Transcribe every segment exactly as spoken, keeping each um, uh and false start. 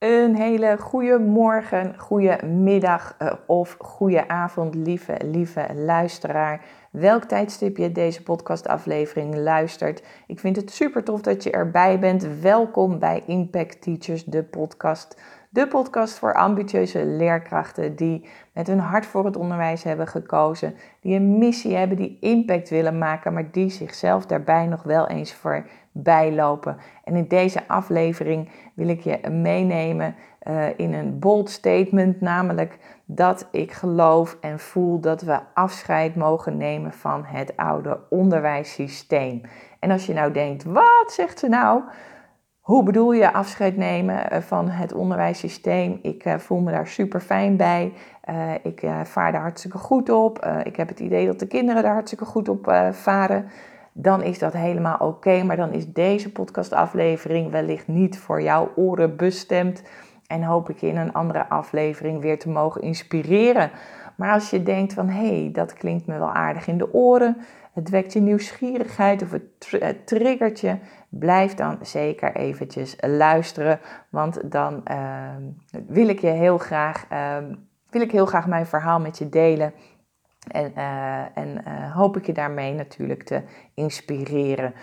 Een hele goede morgen, goede middag uh, of goede avond, lieve, lieve luisteraar. Welk tijdstip je deze podcastaflevering luistert. Ik vind het super tof dat je erbij bent. Welkom bij Impact Teachers, de podcast. De podcast voor ambitieuze leerkrachten die met hun hart voor het onderwijs hebben gekozen. Die een missie hebben, die impact willen maken, maar die zichzelf daarbij nog wel eens voorbij lopen. En in deze aflevering wil ik je meenemen uh, in een bold statement, namelijk dat ik geloof en voel dat we afscheid mogen nemen van het oude onderwijssysteem. En als je nou denkt, wat zegt ze nou? Hoe bedoel je afscheid nemen van het onderwijssysteem? Ik uh, voel me daar super fijn bij. Uh, ik uh, vaar daar hartstikke goed op. Uh, ik heb het idee dat de kinderen daar hartstikke goed op uh, varen. Dan is dat helemaal oké. Okay, maar dan is deze podcastaflevering wellicht niet voor jouw oren bestemd. En hoop ik je in een andere aflevering weer te mogen inspireren. Maar als je denkt van, hé, hey, dat klinkt me wel aardig in de oren. Het wekt je nieuwsgierigheid of het, tr- het triggert je. Blijf dan zeker eventjes luisteren. Want dan uh, wil ik je heel graag, uh, wil ik heel graag mijn verhaal met je delen. En, uh, en uh, hoop ik je daarmee natuurlijk te inspireren.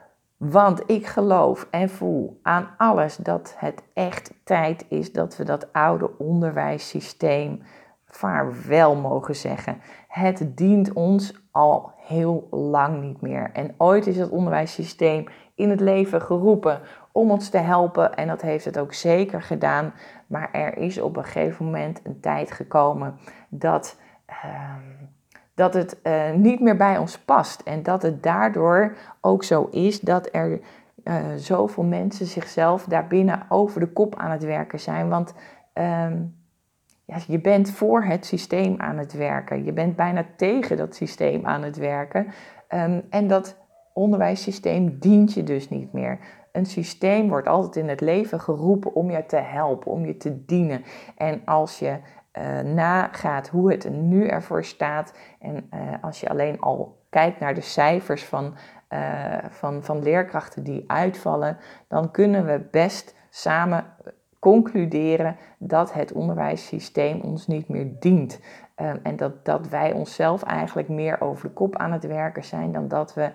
Want ik geloof en voel aan alles dat het echt tijd is dat we dat oude onderwijssysteem vaarwel mogen zeggen. Het dient ons al heel lang niet meer. En ooit is het onderwijssysteem in het leven geroepen om ons te helpen. En dat heeft het ook zeker gedaan. Maar er is op een gegeven moment een tijd gekomen dat... Uh, dat het uh, niet meer bij ons past. En dat het daardoor ook zo is dat er uh, zoveel mensen zichzelf daarbinnen over de kop aan het werken zijn. Want um, ja, je bent voor het systeem aan het werken. Je bent bijna tegen dat systeem aan het werken. Um, en dat onderwijssysteem dient je dus niet meer. Een systeem wordt altijd in het leven geroepen om je te helpen, om je te dienen. En als je uh, nagaat hoe het nu ervoor staat en uh, als je alleen al kijkt naar de cijfers van, uh, van, van leerkrachten die uitvallen, dan kunnen we best samen concluderen dat het onderwijssysteem ons niet meer dient. Um, en dat, dat wij onszelf eigenlijk meer over de kop aan het werken zijn dan dat, we,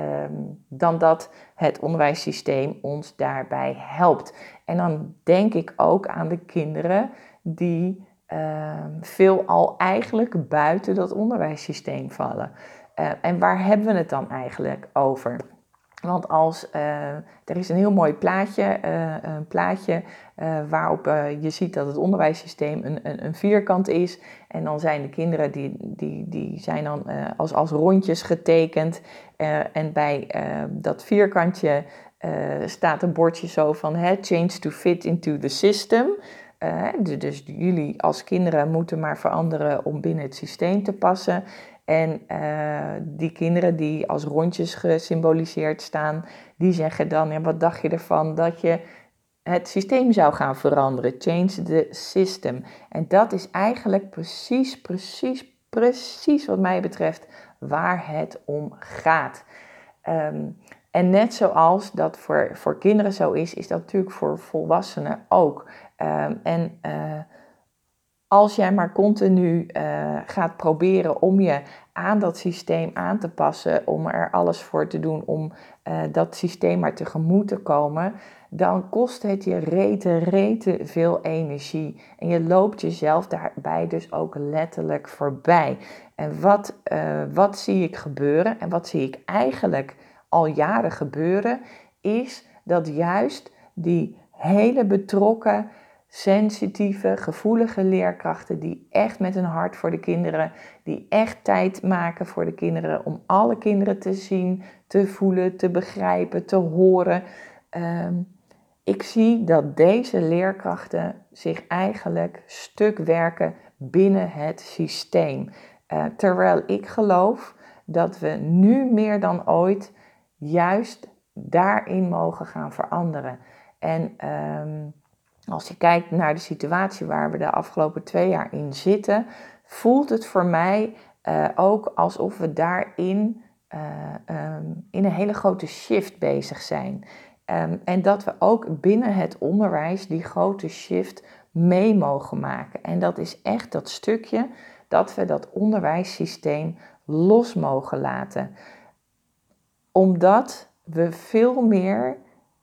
um, dan dat het onderwijssysteem ons daarbij helpt. En dan denk ik ook aan de kinderen die um, veelal eigenlijk buiten dat onderwijssysteem vallen. Uh, en waar hebben we het dan eigenlijk over? Want als, uh, er is een heel mooi plaatje, uh, een plaatje uh, waarop uh, je ziet dat het onderwijssysteem een, een, een vierkant is. En dan zijn de kinderen, die, die, die zijn dan uh, als, als rondjes getekend. Uh, en bij uh, dat vierkantje uh, staat een bordje zo van hey, change to fit into the system. Uh, dus jullie als kinderen moeten maar veranderen om binnen het systeem te passen. En uh, die kinderen die als rondjes gesymboliseerd staan, die zeggen dan, ja, wat dacht je ervan dat je het systeem zou gaan veranderen? Change the system. En dat is eigenlijk precies, precies, precies wat mij betreft waar het om gaat. Um, en net zoals dat voor, voor kinderen zo is, is dat natuurlijk voor volwassenen ook. Um, en uh, als jij maar continu uh, gaat proberen om je aan dat systeem aan te passen, om er alles voor te doen om uh, dat systeem maar tegemoet te komen, dan kost het je rete, rete veel energie. En je loopt jezelf daarbij dus ook letterlijk voorbij. En wat, uh, wat zie ik gebeuren en wat zie ik eigenlijk al jaren gebeuren, is dat juist die hele betrokken, sensitieve, gevoelige leerkrachten die echt met hun hart voor de kinderen, die echt tijd maken voor de kinderen om alle kinderen te zien, te voelen, te begrijpen, te horen. Um, ik zie dat deze leerkrachten zich eigenlijk stuk werken binnen het systeem. Uh, terwijl ik geloof dat we nu meer dan ooit juist daarin mogen gaan veranderen. En um, als je kijkt naar de situatie waar we de afgelopen twee jaar in zitten, voelt het voor mij uh, ook alsof we daarin uh, um, in een hele grote shift bezig zijn. Um, en dat we ook binnen het onderwijs die grote shift mee mogen maken. En dat is echt dat stukje dat we dat onderwijssysteem los mogen laten. Omdat we veel meer,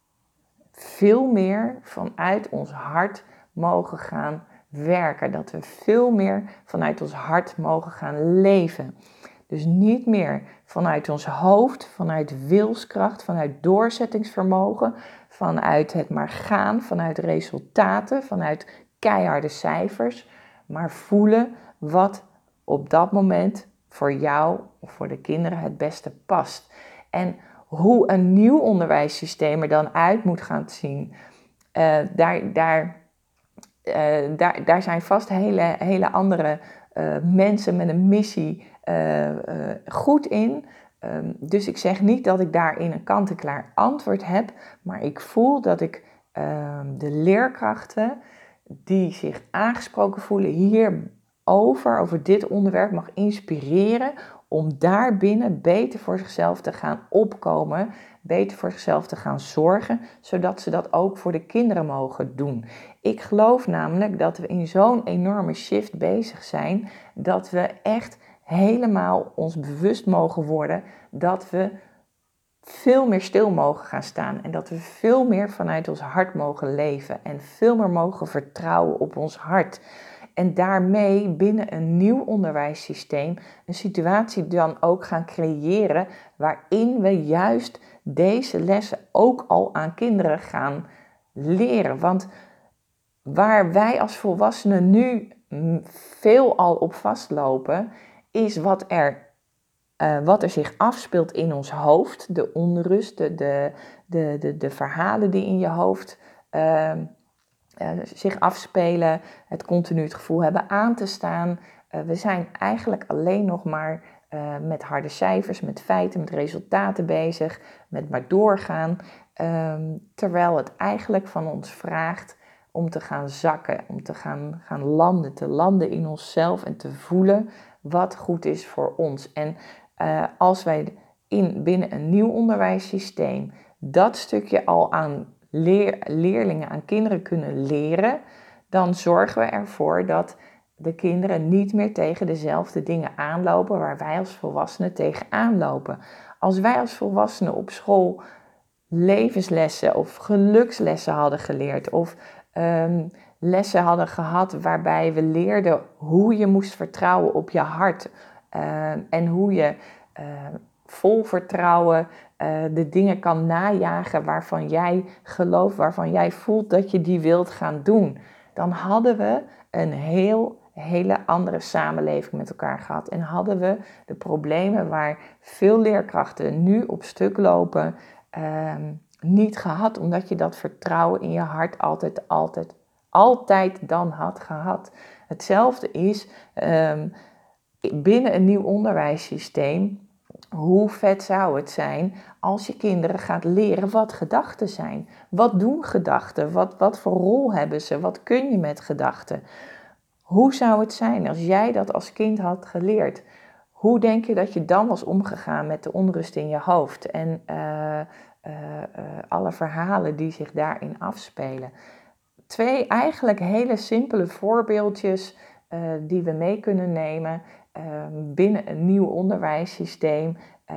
veel meer vanuit ons hart mogen gaan werken. Dat we veel meer vanuit ons hart mogen gaan leven. Dus niet meer vanuit ons hoofd, vanuit wilskracht, vanuit doorzettingsvermogen, vanuit het maar gaan, vanuit resultaten, vanuit keiharde cijfers, maar voelen wat op dat moment voor jou of voor de kinderen het beste past. En hoe een nieuw onderwijssysteem er dan uit moet gaan zien, uh, daar, daar, uh, daar, daar zijn vast hele, hele andere uh, mensen met een missie uh, uh, goed in. Um, dus ik zeg niet dat ik daarin een kant-en-klaar antwoord heb, maar ik voel dat ik uh, de leerkrachten die zich aangesproken voelen hierover, over dit onderwerp, mag inspireren om daarbinnen beter voor zichzelf te gaan opkomen, beter voor zichzelf te gaan zorgen, zodat ze dat ook voor de kinderen mogen doen. Ik geloof namelijk dat we in zo'n enorme shift bezig zijn, dat we echt helemaal ons bewust mogen worden dat we veel meer stil mogen gaan staan en dat we veel meer vanuit ons hart mogen leven en veel meer mogen vertrouwen op ons hart. En daarmee binnen een nieuw onderwijssysteem een situatie dan ook gaan creëren waarin we juist deze lessen ook al aan kinderen gaan leren. Want waar wij als volwassenen nu veel al op vastlopen, is wat er, uh, wat er zich afspeelt in ons hoofd. De onrust, de, de, de, de, de verhalen die in je hoofd uh, uh, zich afspelen. Het continu het gevoel hebben aan te staan. Uh, we zijn eigenlijk alleen nog maar uh, met harde cijfers, met feiten, met resultaten bezig. Met maar doorgaan. Uh, terwijl het eigenlijk van ons vraagt om te gaan zakken, om te gaan, gaan landen, te landen in onszelf en te voelen wat goed is voor ons. En uh, als wij in, binnen een nieuw onderwijssysteem dat stukje al aan leer, leerlingen, aan kinderen kunnen leren, dan zorgen we ervoor dat de kinderen niet meer tegen dezelfde dingen aanlopen waar wij als volwassenen tegen aanlopen. Als wij als volwassenen op school levenslessen of gelukslessen hadden geleerd of um, lessen hadden gehad waarbij we leerden hoe je moest vertrouwen op je hart uh, en hoe je uh, vol vertrouwen uh, de dingen kan najagen waarvan jij gelooft, waarvan jij voelt dat je die wilt gaan doen, dan hadden we een heel hele andere samenleving met elkaar gehad en hadden we de problemen waar veel leerkrachten nu op stuk lopen Um, niet gehad, omdat je dat vertrouwen in je hart altijd, altijd, altijd dan had gehad. Hetzelfde is um, binnen een nieuw onderwijssysteem. Hoe vet zou het zijn als je kinderen gaat leren wat gedachten zijn? Wat doen gedachten? Wat, wat voor rol hebben ze? Wat kun je met gedachten? Hoe zou het zijn als jij dat als kind had geleerd? Hoe denk je dat je dan was omgegaan met de onrust in je hoofd en uh, uh, uh, alle verhalen die zich daarin afspelen? Twee eigenlijk hele simpele voorbeeldjes uh, die we mee kunnen nemen uh, binnen een nieuw onderwijssysteem uh,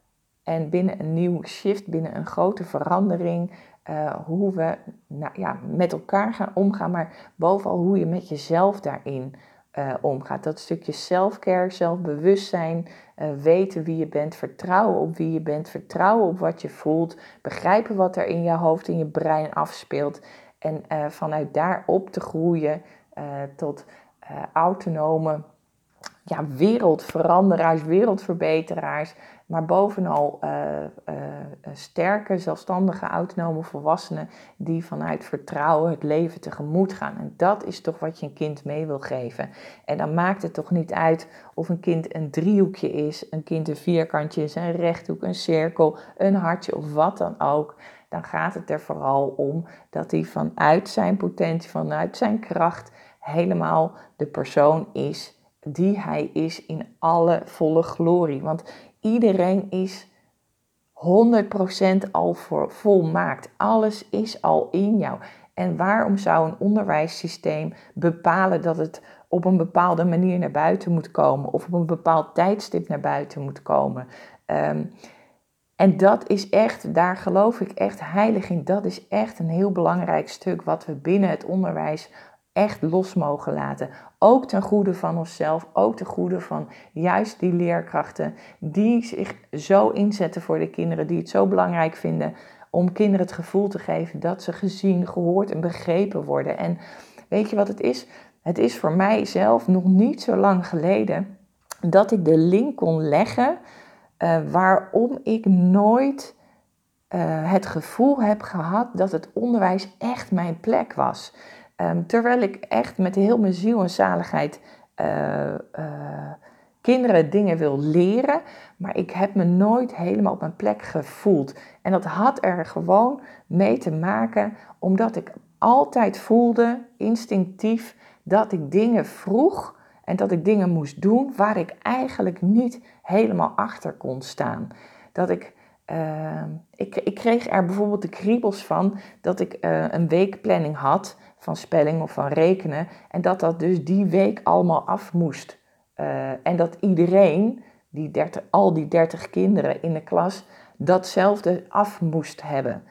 en binnen een nieuw shift, binnen een grote verandering. Uh, hoe we nou, ja, met elkaar gaan omgaan, maar bovenal hoe je met jezelf daarin Uh, omgaat. Dat stukje selfcare, zelfbewustzijn, uh, weten wie je bent, vertrouwen op wie je bent, vertrouwen op wat je voelt, begrijpen wat er in je hoofd, in je brein afspeelt en uh, vanuit daar op te groeien uh, tot uh, autonome ja, wereldveranderaars, wereldverbeteraars, maar bovenal uh, uh, sterke, zelfstandige, autonome volwassenen die vanuit vertrouwen het leven tegemoet gaan. En dat is toch wat je een kind mee wil geven. En dan maakt het toch niet uit of een kind een driehoekje is, een kind een vierkantje is, een rechthoek, een cirkel, een hartje of wat dan ook. Dan gaat het er vooral om dat hij vanuit zijn potentie, vanuit zijn kracht helemaal de persoon is die hij is in alle volle glorie. Want iedereen is honderd procent al voor, volmaakt. Alles is al in jou. En waarom zou een onderwijssysteem bepalen dat het op een bepaalde manier naar buiten moet komen of op een bepaald tijdstip naar buiten moet komen? Um, en dat is echt, daar geloof ik echt heilig in. Dat is echt een heel belangrijk stuk wat we binnen het onderwijs echt los mogen laten. Ook ten goede van onszelf, ook ten goede van juist die leerkrachten die zich zo inzetten voor de kinderen, die het zo belangrijk vinden om kinderen het gevoel te geven dat ze gezien, gehoord en begrepen worden. En weet je wat het is? Het is voor mij zelf nog niet zo lang geleden dat ik de link kon leggen uh, waarom ik nooit uh, het gevoel heb gehad dat het onderwijs echt mijn plek was. Um, terwijl ik echt met heel mijn ziel en zaligheid uh, uh, kinderen dingen wil leren, maar ik heb me nooit helemaal op mijn plek gevoeld. En dat had er gewoon mee te maken omdat ik altijd voelde, instinctief, dat ik dingen vroeg en dat ik dingen moest doen waar ik eigenlijk niet helemaal achter kon staan. Dat ik, uh, ik, ik kreeg er bijvoorbeeld de kriebels van dat ik uh, een weekplanning had van spelling of van rekenen en dat dat dus die week allemaal af moest. Uh, en dat iedereen, die dertig, al die dertig kinderen in de klas, datzelfde af moest hebben.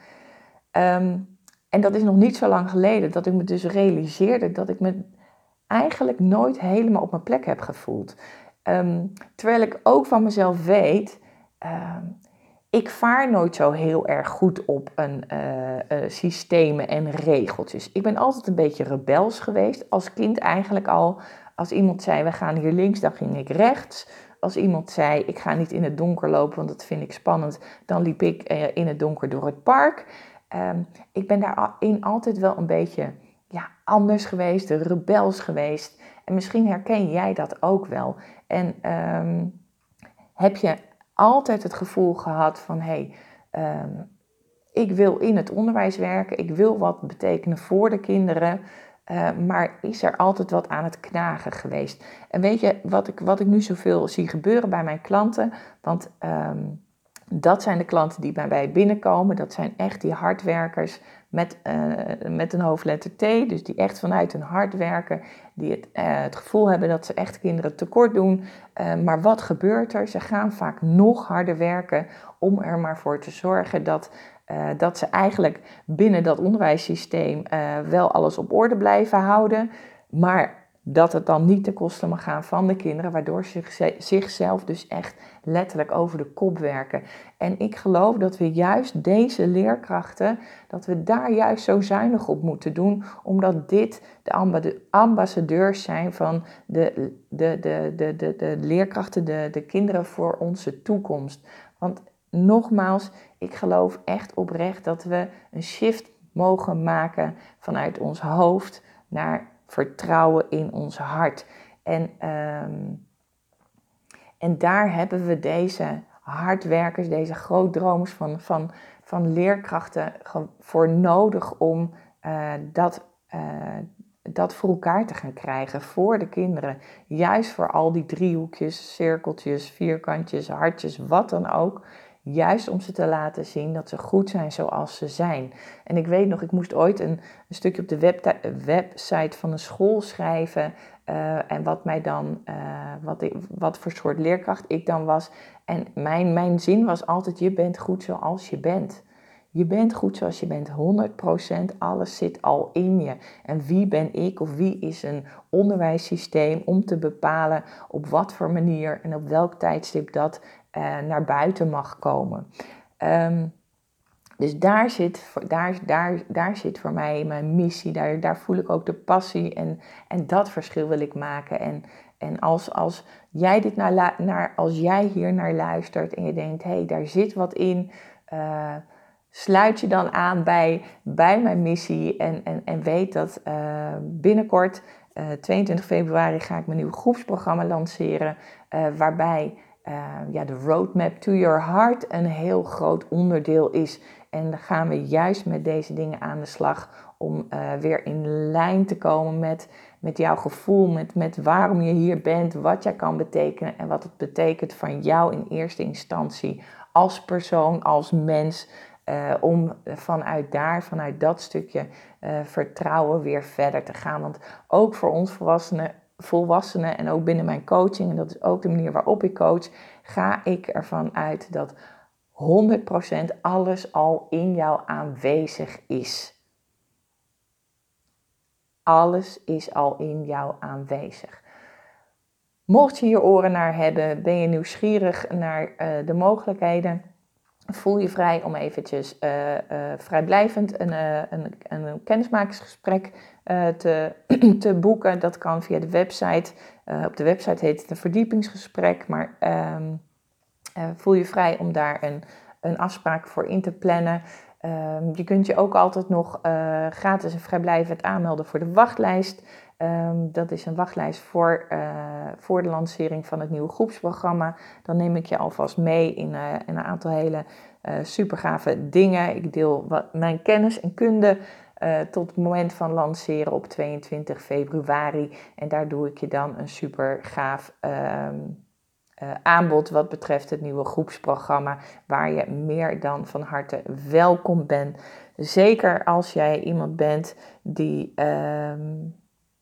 Um, en dat is nog niet zo lang geleden dat ik me dus realiseerde dat ik me eigenlijk nooit helemaal op mijn plek heb gevoeld. Um, terwijl ik ook van mezelf weet, um, ik vaar nooit zo heel erg goed op een uh, uh, systemen en regeltjes. Ik ben altijd een beetje rebels geweest, als kind eigenlijk al. Als iemand zei, we gaan hier links, dan ging ik rechts. Als iemand zei, ik ga niet in het donker lopen, want dat vind ik spannend, dan liep ik uh, in het donker door het park. Um, ik ben daarin altijd wel een beetje ja, anders geweest, rebels geweest. En misschien herken jij dat ook wel. En um, heb je altijd het gevoel gehad van, hé, hey, um, ik wil in het onderwijs werken, ik wil wat betekenen voor de kinderen, uh, maar is er altijd wat aan het knagen geweest? En weet je, wat ik, wat ik nu zoveel zie gebeuren bij mijn klanten, want um, dat zijn de klanten die bij mij binnenkomen, dat zijn echt die hardwerkers met, uh, met een hoofdletter T, dus die echt vanuit hun hart werken, die het, uh, het gevoel hebben dat ze echt kinderen tekort doen. Uh, maar wat gebeurt er? Ze gaan vaak nog harder werken om er maar voor te zorgen dat, uh, dat ze eigenlijk binnen dat onderwijssysteem uh, wel alles op orde blijven houden, maar dat het dan niet ten koste mag gaan van de kinderen, waardoor ze zichzelf dus echt letterlijk over de kop werken. En ik geloof dat we juist deze leerkrachten, dat we daar juist zo zuinig op moeten doen, omdat dit de ambassadeurs zijn van de, de, de, de, de, de leerkrachten, de, de kinderen voor onze toekomst. Want nogmaals, ik geloof echt oprecht dat we een shift mogen maken vanuit ons hoofd naar vertrouwen in ons hart. En, um, en daar hebben we deze hardwerkers, deze grootdromers van, van, van leerkrachten voor nodig om uh, dat, uh, dat voor elkaar te gaan krijgen voor de kinderen. Juist voor al die driehoekjes, cirkeltjes, vierkantjes, hartjes, wat dan ook. Juist om ze te laten zien dat ze goed zijn zoals ze zijn. En ik weet nog, ik moest ooit een, een stukje op de web, website van een school schrijven. Uh, en wat mij dan, uh, wat, ik, wat voor soort leerkracht ik dan was. En mijn, mijn zin was altijd, je bent goed zoals je bent. Je bent goed zoals je bent, honderd procent, alles zit al in je. En wie ben ik of wie is een onderwijssysteem om te bepalen op wat voor manier en op welk tijdstip dat uh, naar buiten mag komen. Um, dus daar zit, daar, daar, daar zit voor mij mijn missie, daar, daar voel ik ook de passie en, en dat verschil wil ik maken. En, en als, als, jij dit naar, naar, als jij hier naar luistert en je denkt, hé, hey, daar zit wat in, uh, sluit je dan aan bij, bij mijn missie en, en, en weet dat uh, binnenkort, uh, tweeëntwintig februari, ga ik mijn nieuwe groepsprogramma lanceren, uh, waarbij uh, ja, de Roadmap to Your Heart een heel groot onderdeel is. En dan gaan we juist met deze dingen aan de slag om uh, weer in lijn te komen met, met jouw gevoel, met, met waarom je hier bent, wat jij kan betekenen en wat het betekent van jou in eerste instantie als persoon, als mens. Uh, om vanuit daar, vanuit dat stukje uh, vertrouwen weer verder te gaan. Want ook voor ons volwassenen, volwassenen en ook binnen mijn coaching, en dat is ook de manier waarop ik coach, ga ik ervan uit dat honderd procent alles al in jou aanwezig is. Alles is al in jou aanwezig. Mocht je hier oren naar hebben, ben je nieuwsgierig naar uh, de mogelijkheden, voel je vrij om eventjes uh, uh, vrijblijvend een, uh, een, een kennismakingsgesprek uh, te, te boeken. Dat kan via de website. Uh, op de website heet het een verdiepingsgesprek, maar um, uh, voel je vrij om daar een, een afspraak voor in te plannen. Um, je kunt je ook altijd nog uh, gratis en vrijblijvend aanmelden voor de wachtlijst. Um, dat is een wachtlijst voor, uh, voor de lancering van het nieuwe groepsprogramma. Dan neem ik je alvast mee in, uh, in een aantal hele uh, super gave dingen. Ik deel wat, mijn kennis en kunde uh, tot het moment van lanceren op tweeëntwintig februari. En daar doe ik je dan een super gaaf um, uh, aanbod wat betreft het nieuwe groepsprogramma. Waar je meer dan van harte welkom bent. Zeker als jij iemand bent die... Um,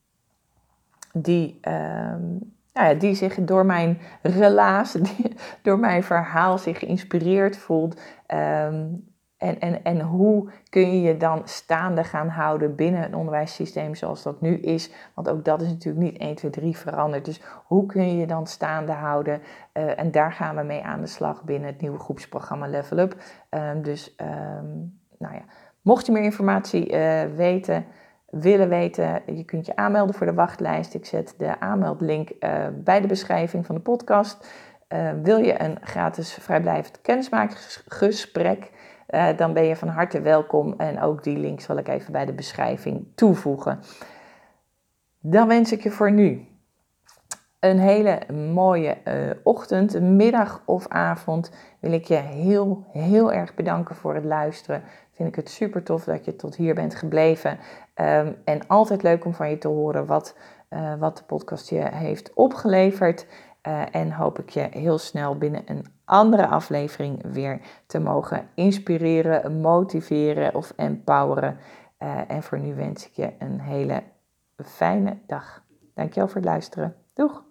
Die, um, nou ja, die zich door mijn relaas, die, door mijn verhaal zich geïnspireerd voelt. Um, en, en, en hoe kun je je dan staande gaan houden binnen een onderwijssysteem zoals dat nu is. Want ook dat is natuurlijk niet één, twee, drie veranderd. Dus hoe kun je je dan staande houden? Uh, en daar gaan we mee aan de slag binnen het nieuwe groepsprogramma Level Up. Um, dus um, nou ja, mocht je meer informatie uh, weten... willen weten, je kunt je aanmelden voor de wachtlijst. Ik zet de aanmeldlink uh, bij de beschrijving van de podcast. Uh, wil je een gratis vrijblijvend kennismakingsgesprek, uh, dan ben je van harte welkom. En ook die link zal ik even bij de beschrijving toevoegen. Dan wens ik je voor nu een hele mooie uh, ochtend, middag of avond. Wil ik je heel, heel erg bedanken voor het luisteren. Vind ik het super tof dat je tot hier bent gebleven. Um, en altijd leuk om van je te horen wat, uh, wat de podcast je heeft opgeleverd. Uh, en hoop ik je heel snel binnen een andere aflevering weer te mogen inspireren, motiveren of empoweren. Uh, en voor nu wens ik je een hele fijne dag. Dankjewel voor het luisteren. Doeg!